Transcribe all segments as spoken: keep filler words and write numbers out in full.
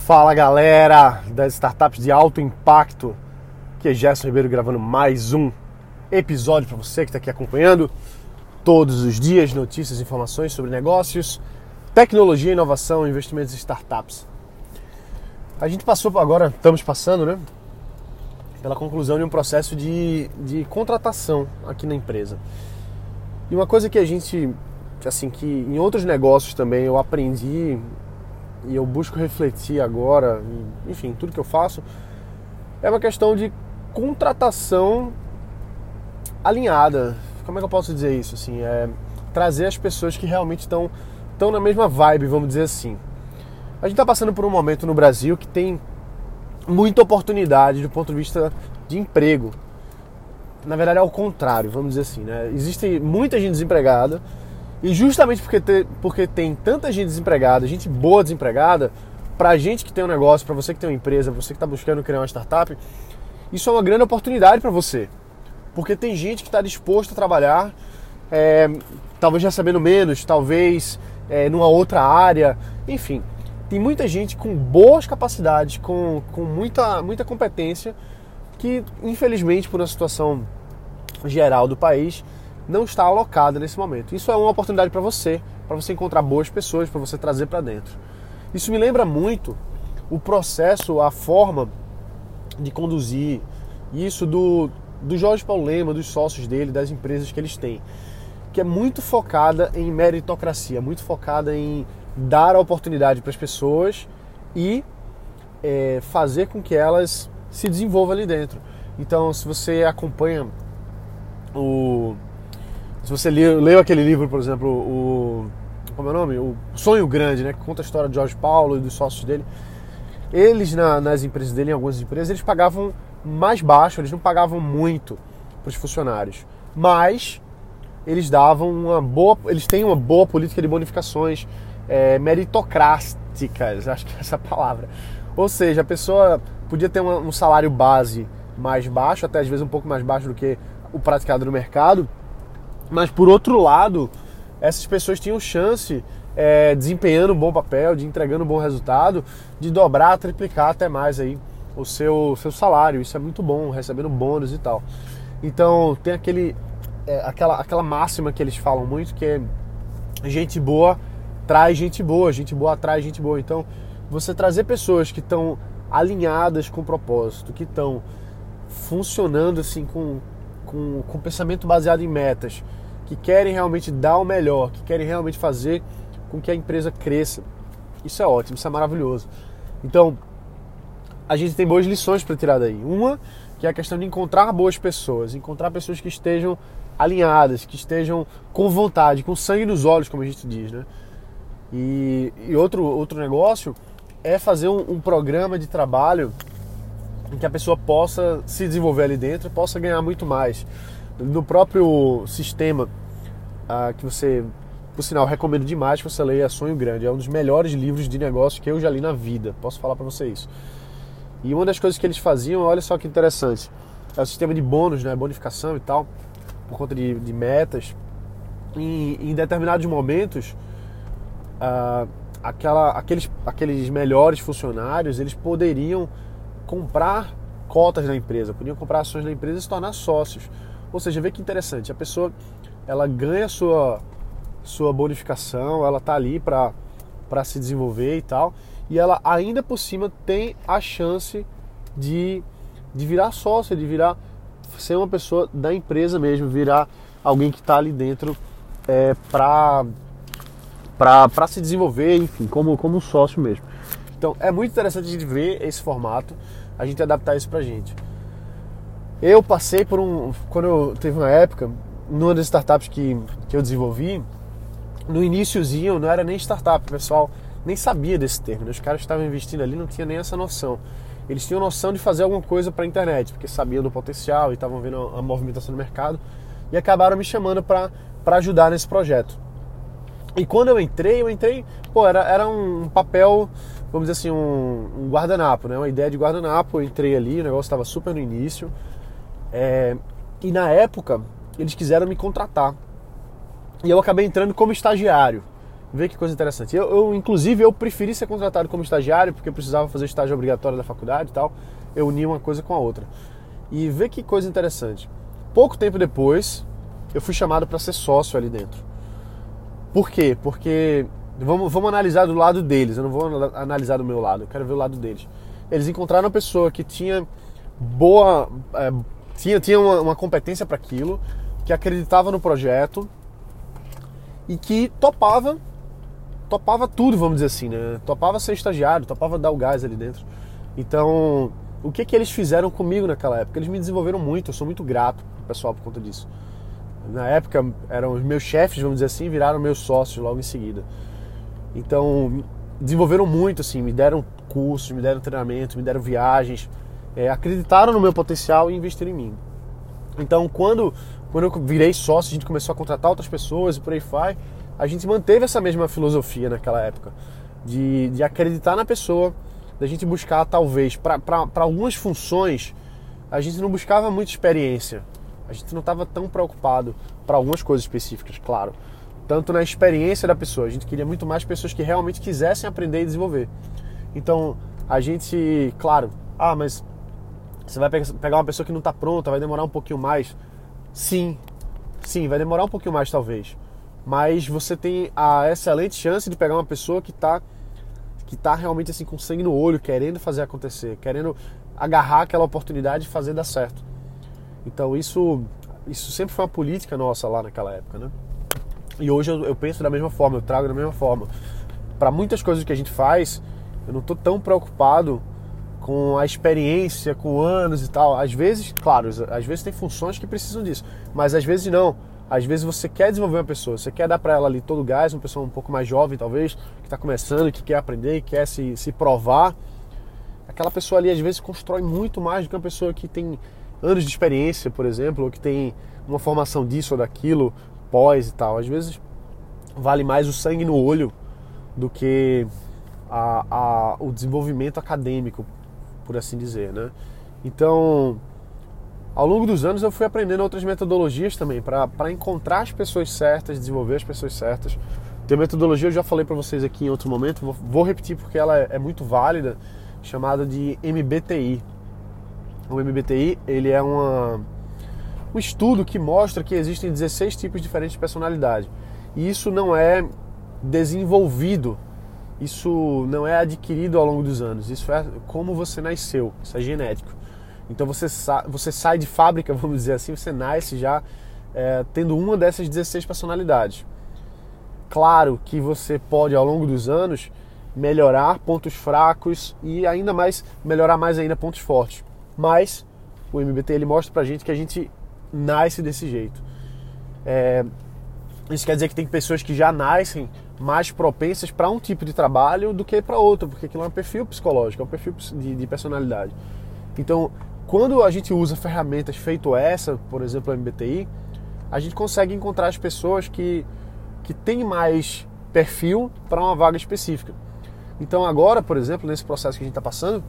Fala galera das startups de alto impacto, que é Gerson Ribeiro gravando mais um episódio para você que está aqui acompanhando todos os dias notícias e informações sobre negócios, tecnologia, inovação, investimentos em startups. A gente passou agora, estamos passando, né, pela conclusão de um processo de, de contratação aqui na empresa. E uma coisa que a gente, assim, que em outros negócios também eu aprendi e eu busco refletir agora, enfim, tudo que eu faço, é uma questão de contratação alinhada. Como é que eu posso dizer isso? Assim, é trazer as pessoas que realmente estão estão na mesma vibe, vamos dizer assim. A gente está passando por um momento no Brasil que tem muita oportunidade do ponto de vista de emprego. Na verdade é ao contrário, vamos dizer assim, né? Existe muita gente desempregada. E justamente porque, ter, porque tem tanta gente desempregada, gente boa desempregada, pra gente que tem um negócio, pra você que tem uma empresa, pra você que está buscando criar uma startup, isso é uma grande oportunidade para você. Porque tem gente que está disposto a trabalhar, é, talvez recebendo menos, talvez é, numa outra área, enfim. Tem muita gente com boas capacidades, com, com muita, muita competência, que infelizmente por uma situação geral do país, não está alocada nesse momento. Isso é uma oportunidade para você, para você encontrar boas pessoas, para você trazer para dentro. Isso me lembra muito o processo, a forma de conduzir isso do, do Jorge Paulo Lemann, dos sócios dele, das empresas que eles têm, que é muito focada em meritocracia, muito focada em dar a oportunidade para as pessoas e é, fazer com que elas se desenvolvam ali dentro. Então, se você acompanha o... Se você leu, leu aquele livro, por exemplo, o, como é o nome? O Sonho Grande, né? Que conta a história de Jorge Paulo e dos sócios dele. Eles, na, nas empresas dele, em algumas empresas, eles pagavam mais baixo, eles não pagavam muito para os funcionários. Mas eles davam uma boa, eles têm uma boa política de bonificações é, meritocráticas, acho que é essa palavra. Ou seja, a pessoa podia ter uma, um salário base mais baixo, até às vezes um pouco mais baixo do que o praticado no mercado. Mas, por outro lado, essas pessoas tinham chance, é, desempenhando um bom papel, de entregando um bom resultado, de dobrar, triplicar até mais aí o seu, seu salário. Isso é muito bom, recebendo bônus e tal. Então, tem aquele, é, aquela, aquela máxima que eles falam muito, que é gente boa traz gente boa, gente boa atrai gente boa. Então, você trazer pessoas que estão alinhadas com o propósito, que estão funcionando assim com... Com, com pensamento baseado em metas, que querem realmente dar o melhor, que querem realmente fazer com que a empresa cresça. Isso é ótimo, isso é maravilhoso. Então, a gente tem boas lições para tirar daí. Uma, que é a questão de encontrar boas pessoas, encontrar pessoas que estejam alinhadas, que estejam com vontade, com sangue nos olhos, como a gente diz, né? E, e outro, outro negócio é fazer um, um programa de trabalho em que a pessoa possa se desenvolver ali dentro, possa ganhar muito mais. No próprio sistema, ah, que você, por sinal, recomendo demais que você leia Sonho Grande. É um dos melhores livros de negócio que eu já li na vida. Posso falar para você isso. E uma das coisas que eles faziam, olha só que interessante, é o sistema de bônus, né, bonificação e tal, por conta de, de metas. E em determinados momentos, ah, aquela, aqueles, aqueles melhores funcionários, eles poderiam comprar cotas na empresa, podiam comprar ações na empresa e se tornar sócios. Ou seja, vê que interessante, a pessoa ela ganha sua, sua bonificação, ela está ali para para se desenvolver e tal, e ela ainda por cima tem a chance de, de virar sócia, de virar, ser uma pessoa da empresa mesmo, virar alguém que está ali dentro é, para para se desenvolver, enfim, como, como um sócio mesmo. Então, é muito interessante a gente ver esse formato, a gente adaptar isso pra gente. Eu passei por um... Quando eu teve uma época, numa das startups que, que eu desenvolvi, no iniciozinho não era nem startup, o pessoal nem sabia desse termo, né? Os caras que estavam investindo ali não tinham nem essa noção. Eles tinham noção de fazer alguma coisa pra internet, porque sabiam do potencial e estavam vendo a movimentação do mercado, e acabaram me chamando pra, pra ajudar nesse projeto. E quando eu entrei, eu entrei... Pô, era, era um papel... Vamos dizer assim, um, um guardanapo, né? Uma ideia de guardanapo. Eu entrei ali, o negócio estava super no início. É, e na época, eles quiseram me contratar. E eu acabei entrando como estagiário. Vê que coisa interessante. Eu, eu, inclusive, eu preferi ser contratado como estagiário, porque eu precisava fazer estágio obrigatório da faculdade e tal. Eu uni uma coisa com a outra. E vê que coisa interessante. Pouco tempo depois, eu fui chamado para ser sócio ali dentro. Por quê? Porque vamos, vamos analisar do lado deles. Eu não vou analisar do meu lado, eu quero ver o lado deles. Eles encontraram uma pessoa que tinha boa... É, tinha, tinha uma, uma competência para aquilo, que acreditava no projeto e que topava topava tudo, vamos dizer assim, né? Topava ser estagiário, topava dar o gás ali dentro. Então, o que que eles fizeram comigo naquela época? Eles me desenvolveram muito, eu sou muito grato pro pessoal por conta disso. Na época, eram os meus chefes, vamos dizer assim, viraram meus sócios logo em seguida. Então, desenvolveram muito, assim, me deram cursos, me deram treinamento, me deram viagens, é, acreditaram no meu potencial e investiram em mim. Então, quando, quando eu virei sócio, a gente começou a contratar outras pessoas e por aí vai, a gente manteve essa mesma filosofia naquela época, de, de acreditar na pessoa, da gente buscar, talvez, para algumas funções, a gente não buscava muita experiência, a gente não estava tão preocupado para algumas coisas específicas, claro, tanto na experiência da pessoa, a gente queria muito mais pessoas que realmente quisessem aprender e desenvolver. Então, a gente, claro, ah, mas você vai pegar uma pessoa que não está pronta, vai demorar um pouquinho mais. Sim, sim, vai demorar um pouquinho mais talvez. Mas você tem a excelente chance de pegar uma pessoa que está que tá realmente assim com sangue no olho, querendo fazer acontecer, querendo agarrar aquela oportunidade e fazer dar certo. Então isso, isso sempre foi uma política nossa lá naquela época, né? E hoje eu, eu penso da mesma forma, eu trago da mesma forma. Para muitas coisas que a gente faz, eu não estou tão preocupado com a experiência, com anos e tal. Às vezes, claro, às vezes tem funções que precisam disso, mas às vezes não. Às vezes você quer desenvolver uma pessoa, você quer dar para ela ali todo o gás, uma pessoa um pouco mais jovem talvez, que está começando, que quer aprender, que quer se, se provar. Aquela pessoa ali às vezes constrói muito mais do que uma pessoa que tem anos de experiência, por exemplo, ou que tem uma formação disso ou daquilo, pós e tal. Às vezes vale mais o sangue no olho do que a, a, o desenvolvimento acadêmico, por assim dizer, né? Então, ao longo dos anos eu fui aprendendo outras metodologias também para encontrar as pessoas certas, desenvolver as pessoas certas. Tem uma metodologia, eu já falei para vocês aqui em outro momento, vou, vou repetir porque ela é, é muito válida, chamada de M B T I. O M B T I, ele é uma, um estudo que mostra que existem dezesseis tipos diferentes de personalidade. E isso não é desenvolvido, isso não é adquirido ao longo dos anos, isso é como você nasceu, isso é genético. Então você, sa você sai de fábrica, vamos dizer assim, você nasce já é, tendo uma dessas dezesseis personalidades. Claro que você pode, ao longo dos anos, melhorar pontos fracos e ainda mais, melhorar mais ainda pontos fortes. Mas o M B T I ele mostra pra gente que a gente nasce desse jeito. É, isso quer dizer que tem pessoas que já nascem mais propensas para um tipo de trabalho do que para outro, porque aquilo é um perfil psicológico, é um perfil de, de personalidade. Então, quando a gente usa ferramentas feito essa, por exemplo, o M B T I, a gente consegue encontrar as pessoas que, que têm mais perfil para uma vaga específica. Então agora, por exemplo, nesse processo que a gente está passando,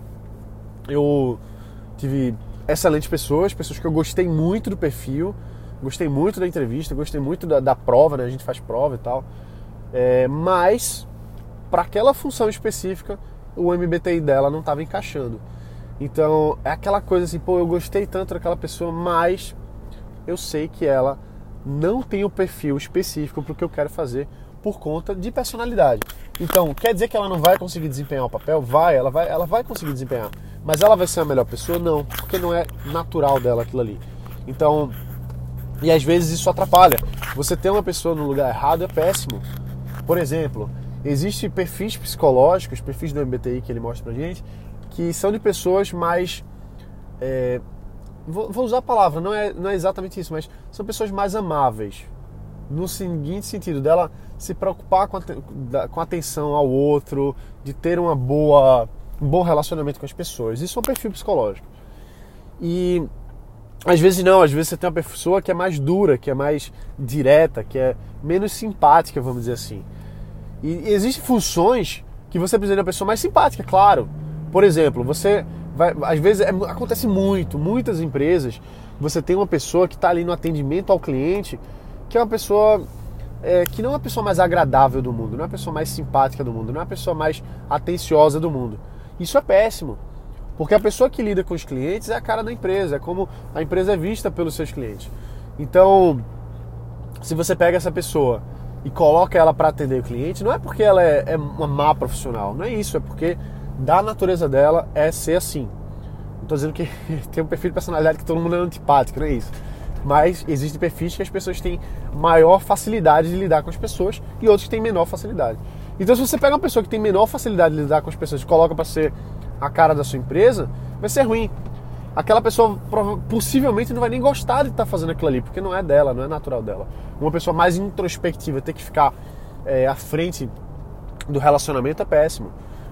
eu tive excelentes pessoas, pessoas que eu gostei muito do perfil, gostei muito da entrevista, gostei muito da, da prova, né? A gente faz prova e tal, é, mas para aquela função específica, o M B T I dela não estava encaixando. Então, é aquela coisa assim, pô, eu gostei tanto daquela pessoa, mas eu sei que ela não tem o perfil específico para o que eu quero fazer por conta de personalidade. Então, quer dizer que ela não vai conseguir desempenhar o papel? Vai, ela vai, ela vai conseguir desempenhar. Mas ela vai ser a melhor pessoa? Não, porque não é natural dela aquilo ali. Então, e às vezes isso atrapalha. Você ter uma pessoa no lugar errado é péssimo. Por exemplo, existem perfis psicológicos, perfis do M B T I que ele mostra pra gente, que são de pessoas mais... É, vou, vou usar a palavra, não é, não é exatamente isso, mas são pessoas mais amáveis. No seguinte sentido, dela se preocupar com a, com a atenção ao outro, de ter uma boa, um bom relacionamento com as pessoas. Isso é um perfil psicológico. E às vezes não, às vezes você tem uma pessoa que é mais dura, que é mais direta, que é menos simpática, vamos dizer assim. E existem funções que você precisa de uma pessoa mais simpática, claro. Por exemplo, você vai, às vezes é, acontece muito, muitas empresas, você tem uma pessoa que está ali no atendimento ao cliente, que é uma pessoa é, que não é a pessoa mais agradável do mundo, não é a pessoa mais simpática do mundo, não é a pessoa mais atenciosa do mundo. Isso é péssimo, porque a pessoa que lida com os clientes é a cara da empresa, é como a empresa é vista pelos seus clientes. Então, se você pega essa pessoa e coloca ela para atender o cliente, não é porque ela é, é uma má profissional, não é isso, é porque da natureza dela é ser assim. Não estou dizendo que tem um perfil de personalidade que todo mundo é antipático, não é isso. Mas existem perfis que as pessoas têm maior facilidade de lidar com as pessoas e outros que têm menor facilidade. Então, se você pega uma pessoa que tem menor facilidade de lidar com as pessoas e coloca para ser a cara da sua empresa, vai ser ruim. Aquela pessoa possivelmente não vai nem gostar de estar fazendo aquilo ali, porque não é dela, não é natural dela. Uma pessoa mais introspectiva ter que ficar é, à frente do relacionamento é péssimo.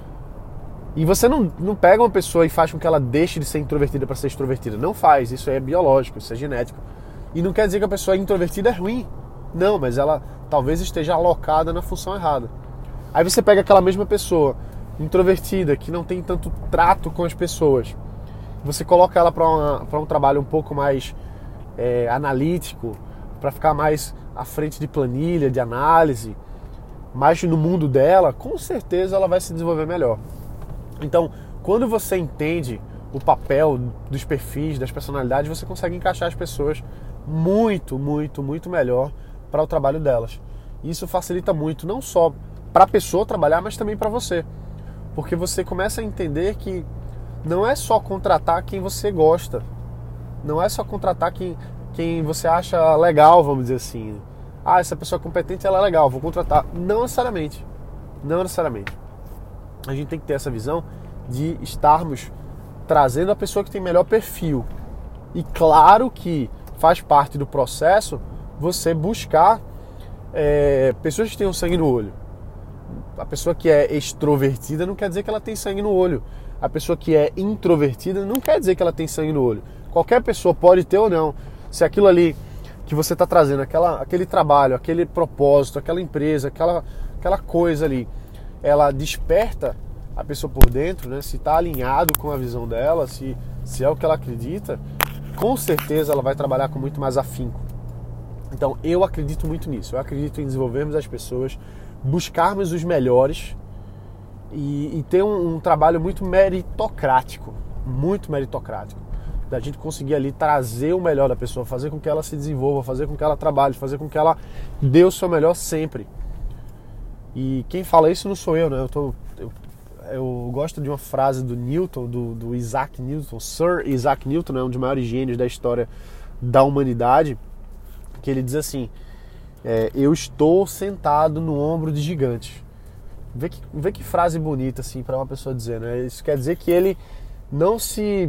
E você não, não pega uma pessoa e faz com que ela deixe de ser introvertida para ser extrovertida. Não faz, isso é biológico, isso é genético. E não quer dizer que a pessoa introvertida é ruim. Não, mas ela talvez esteja alocada na função errada. Aí você pega aquela mesma pessoa introvertida, que não tem tanto trato com as pessoas. Você coloca ela para um trabalho um pouco mais é, analítico, para ficar mais à frente de planilha, de análise, mais no mundo dela, com certeza ela vai se desenvolver melhor. Então, quando você entende o papel dos perfis, das personalidades, você consegue encaixar as pessoas muito, muito, muito melhor para o trabalho delas. Isso facilita muito, não só para a pessoa trabalhar, mas também para você. Porque você começa a entender que não é só contratar quem você gosta, não é só contratar quem, quem você acha legal, vamos dizer assim. Ah, essa pessoa é competente, ela é legal, vou contratar. Não necessariamente, não necessariamente. A gente tem que ter essa visão de estarmos trazendo a pessoa que tem melhor perfil. E claro que faz parte do processo você buscar é, pessoas que tenham sangue no olho. A pessoa que é extrovertida não quer dizer que ela tem sangue no olho. A pessoa que é introvertida não quer dizer que ela tem sangue no olho. Qualquer pessoa pode ter ou não. Se aquilo ali que você está trazendo, aquela, aquele trabalho, aquele propósito, aquela empresa, aquela, aquela coisa ali, ela desperta a pessoa por dentro, né? Se está alinhado com a visão dela, se, se é o que ela acredita, com certeza ela vai trabalhar com muito mais afinco. Então eu acredito muito nisso, eu acredito em desenvolvermos as pessoas, buscarmos os melhores e, e ter um, um trabalho muito meritocrático, muito meritocrático, da gente conseguir ali trazer o melhor da pessoa, fazer com que ela se desenvolva, fazer com que ela trabalhe, fazer com que ela dê o seu melhor sempre. E quem fala isso não sou eu, né? Eu, tô, eu, eu gosto de uma frase do Newton, do, do Isaac Newton, Sir Isaac Newton, né? Um dos maiores gênios da história da humanidade, que ele diz assim, é, eu estou sentado no ombro de gigantes. Vê que, vê que frase bonita assim para uma pessoa dizer, né? Isso quer dizer que ele não se...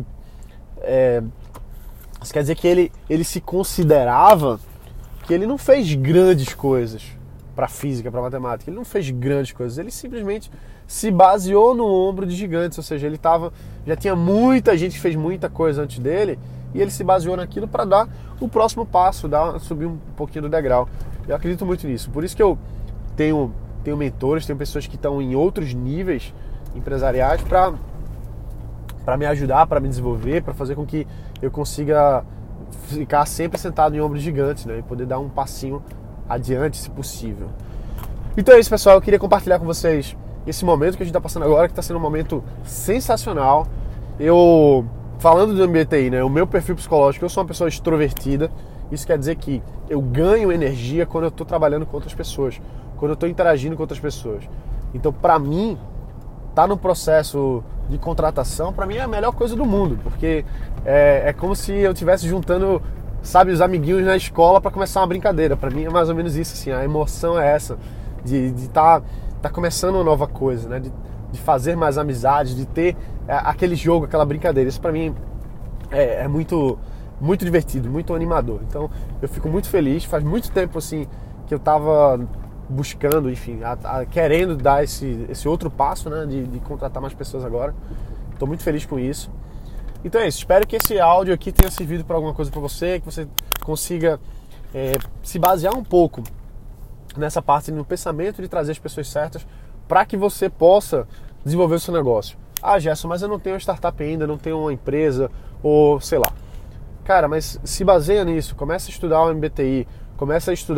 É, isso quer dizer que ele, ele se considerava que ele não fez grandes coisas para física, para matemática, ele não fez grandes coisas, ele simplesmente se baseou no ombro de gigantes, ou seja, ele tava, já tinha muita gente que fez muita coisa antes dele e ele se baseou naquilo para dar o próximo passo, dar, subir um pouquinho do degrau. Eu acredito muito nisso, por isso que eu tenho, tenho mentores, tenho pessoas que estão em outros níveis empresariais para para me ajudar, para me desenvolver, para fazer com que eu consiga ficar sempre sentado em ombros gigantes, né, e poder dar um passinho adiante, se possível. Então é isso, pessoal, eu queria compartilhar com vocês esse momento que a gente está passando agora, que está sendo um momento sensacional. Eu, falando do M B T I, né, o meu perfil psicológico, eu sou uma pessoa extrovertida, isso quer dizer que eu ganho energia quando eu estou trabalhando com outras pessoas, quando eu estou interagindo com outras pessoas. Então, para mim, tá no processo de contratação, para mim é a melhor coisa do mundo, porque é, é como se eu estivesse juntando, sabe, os amiguinhos na escola para começar uma brincadeira. Para mim é mais ou menos isso, assim, a emoção é essa, de estar tá, tá começando uma nova coisa, né, de, de fazer mais amizades, de ter é, aquele jogo, aquela brincadeira. Isso para mim é, é muito, muito divertido, muito animador. Então eu fico muito feliz, faz muito tempo assim que eu tava buscando, enfim, a, a, querendo dar esse, esse outro passo, né, de, de contratar mais pessoas agora. Estou muito feliz com isso. Então é isso, espero que esse áudio aqui tenha servido para alguma coisa para você, que você consiga é, se basear um pouco nessa parte, no pensamento de trazer as pessoas certas para que você possa desenvolver o seu negócio. Ah, Gerson, mas eu não tenho uma startup ainda, não tenho uma empresa, ou sei lá. Cara, mas se baseia nisso, começa a estudar o M B T I, começa a estudar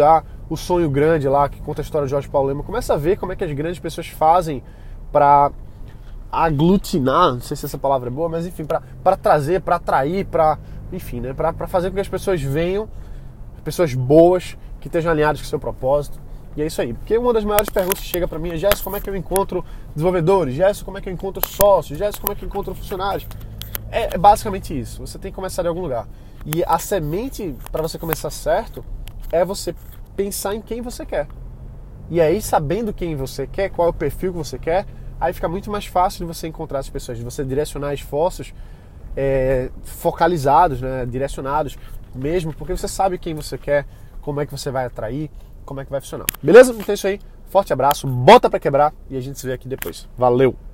o Sonho Grande lá, que conta a história de Jorge Paulo Lemann, começa a ver como é que as grandes pessoas fazem para aglutinar, não sei se essa palavra é boa, mas enfim, para trazer, para atrair, para enfim, né, para fazer com que as pessoas venham, pessoas boas, que estejam alinhadas com o seu propósito. E é isso aí. Porque uma das maiores perguntas que chega para mim é: Gerson, como é que eu encontro desenvolvedores? Gerson, como é que eu encontro sócios? Gerson, como é que eu encontro funcionários? É, é basicamente isso. Você tem que começar de algum lugar. E a semente para você começar certo é você pensar em quem você quer. E aí, sabendo quem você quer, qual é o perfil que você quer, aí fica muito mais fácil de você encontrar as pessoas, de você direcionar esforços é, focalizados, né, direcionados mesmo, porque você sabe quem você quer, como é que você vai atrair, como é que vai funcionar. Beleza? Então é isso aí. Forte abraço, bota pra quebrar e a gente se vê aqui depois. Valeu!